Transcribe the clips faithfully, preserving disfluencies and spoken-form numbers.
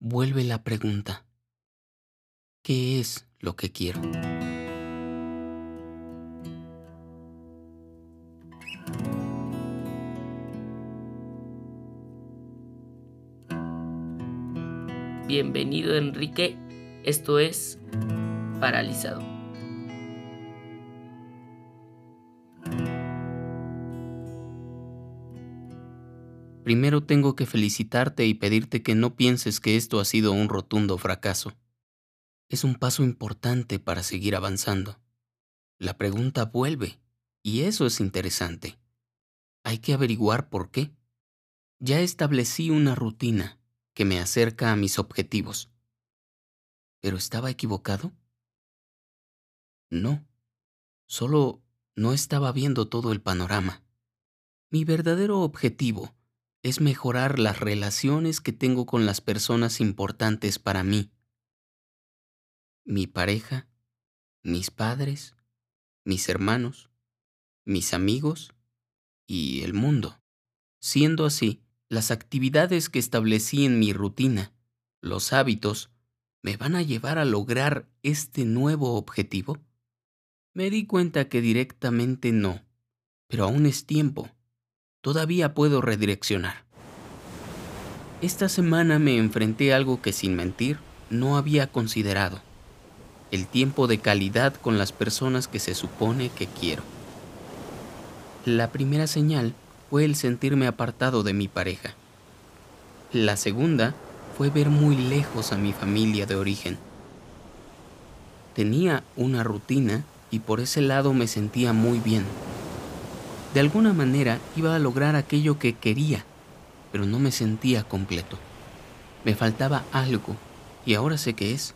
vuelve la pregunta: ¿qué es lo que quiero? Bienvenido, Enrique. Esto es Paralizado. Primero tengo que felicitarte y pedirte que no pienses que esto ha sido un rotundo fracaso. Es un paso importante para seguir avanzando. La pregunta vuelve, y eso es interesante. Hay que averiguar por qué. Ya establecí una rutina que me acerca a mis objetivos. ¿Pero estaba equivocado? No, solo no estaba viendo todo el panorama. Mi verdadero objetivo es mejorar las relaciones que tengo con las personas importantes para mí. Mi pareja, mis padres, mis hermanos, mis amigos y el mundo. Siendo así, las actividades que establecí en mi rutina, los hábitos, ¿me van a llevar a lograr este nuevo objetivo? Me di cuenta que directamente no, pero aún es tiempo. Todavía puedo redireccionar. Esta semana me enfrenté a algo que, sin mentir, no había considerado: el tiempo de calidad con las personas que se supone que quiero. La primera señal fue el sentirme apartado de mi pareja. La segunda fue ver muy lejos a mi familia de origen. Tenía una rutina y por ese lado me sentía muy bien. De alguna manera iba a lograr aquello que quería, pero no me sentía completo. Me faltaba algo y ahora sé qué es.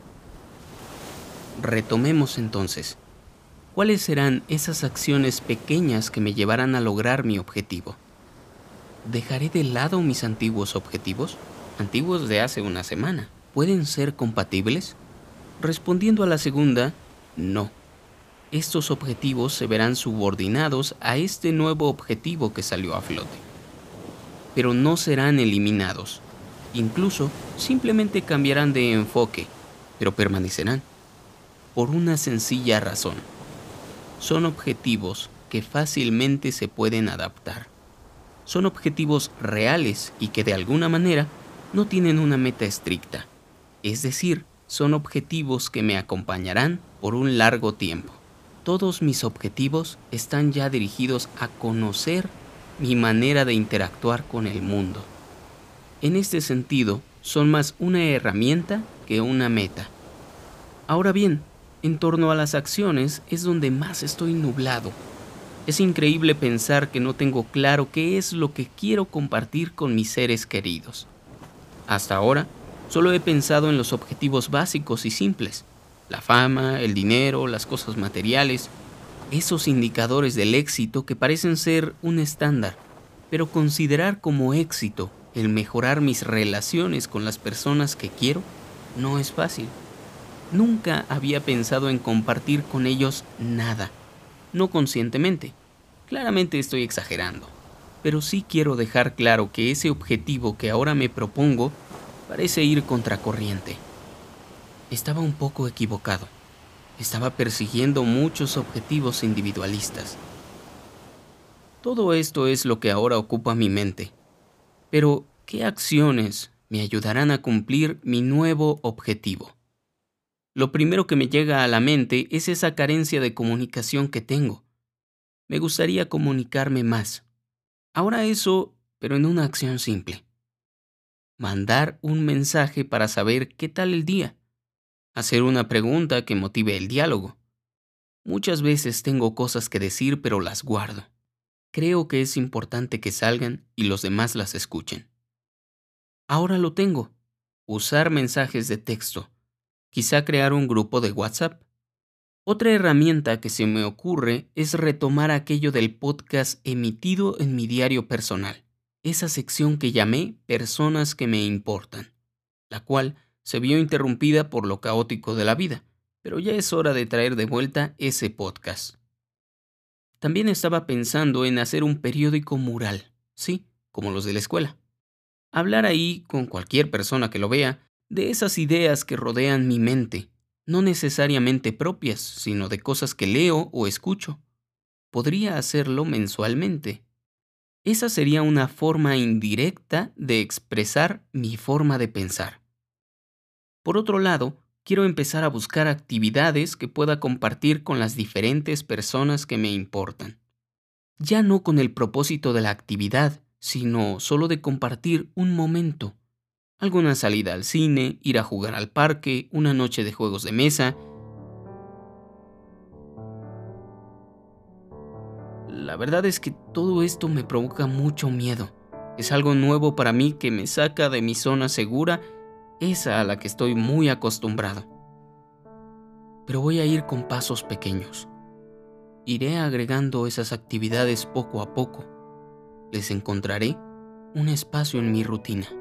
Retomemos entonces. ¿Cuáles serán esas acciones pequeñas que me llevarán a lograr mi objetivo? ¿Dejaré de lado mis antiguos objetivos? Antiguos de hace una semana. ¿Pueden ser compatibles? Respondiendo a la segunda, no. Estos objetivos se verán subordinados a este nuevo objetivo que salió a flote. Pero no serán eliminados. Incluso simplemente cambiarán de enfoque, pero permanecerán. Por una sencilla razón. Son objetivos que fácilmente se pueden adaptar. Son objetivos reales y que de alguna manera no tienen una meta estricta. Es decir, son objetivos que me acompañarán por un largo tiempo. Todos mis objetivos están ya dirigidos a conocer mi manera de interactuar con el mundo. En este sentido, son más una herramienta que una meta. Ahora bien, en torno a las acciones es donde más estoy nublado. Es increíble pensar que no tengo claro qué es lo que quiero compartir con mis seres queridos. Hasta ahora, solo he pensado en los objetivos básicos y simples: la fama, el dinero, las cosas materiales, esos indicadores del éxito que parecen ser un estándar. Pero considerar como éxito el mejorar mis relaciones con las personas que quiero no es fácil. Nunca había pensado en compartir con ellos nada, no conscientemente. Claramente estoy exagerando, pero sí quiero dejar claro que ese objetivo que ahora me propongo parece ir contracorriente. Estaba un poco equivocado. Estaba persiguiendo muchos objetivos individualistas. Todo esto es lo que ahora ocupa mi mente. Pero, ¿qué acciones me ayudarán a cumplir mi nuevo objetivo? Lo primero que me llega a la mente es esa carencia de comunicación que tengo. Me gustaría comunicarme más. Ahora eso, pero en una acción simple. Mandar un mensaje para saber qué tal el día. Hacer una pregunta que motive el diálogo. Muchas veces tengo cosas que decir, pero las guardo. Creo que es importante que salgan y los demás las escuchen. Ahora lo tengo. Usar mensajes de texto. Quizá crear un grupo de WhatsApp. Otra herramienta que se me ocurre es retomar aquello del podcast emitido en mi diario personal, esa sección que llamé Personas que me importan, la cual se vio interrumpida por lo caótico de la vida, pero ya es hora de traer de vuelta ese podcast. También estaba pensando en hacer un periódico mural, sí, como los de la escuela. Hablar ahí con cualquier persona que lo vea de esas ideas que rodean mi mente, no necesariamente propias, sino de cosas que leo o escucho. Podría hacerlo mensualmente. Esa sería una forma indirecta de expresar mi forma de pensar. Por otro lado, quiero empezar a buscar actividades que pueda compartir con las diferentes personas que me importan. Ya no con el propósito de la actividad, sino solo de compartir un momento. Alguna salida al cine, ir a jugar al parque, una noche de juegos de mesa. La verdad es que todo esto me provoca mucho miedo. Es algo nuevo para mí que me saca de mi zona segura, esa a la que estoy muy acostumbrado. Pero voy a ir con pasos pequeños. Iré agregando esas actividades poco a poco. Les encontraré un espacio en mi rutina.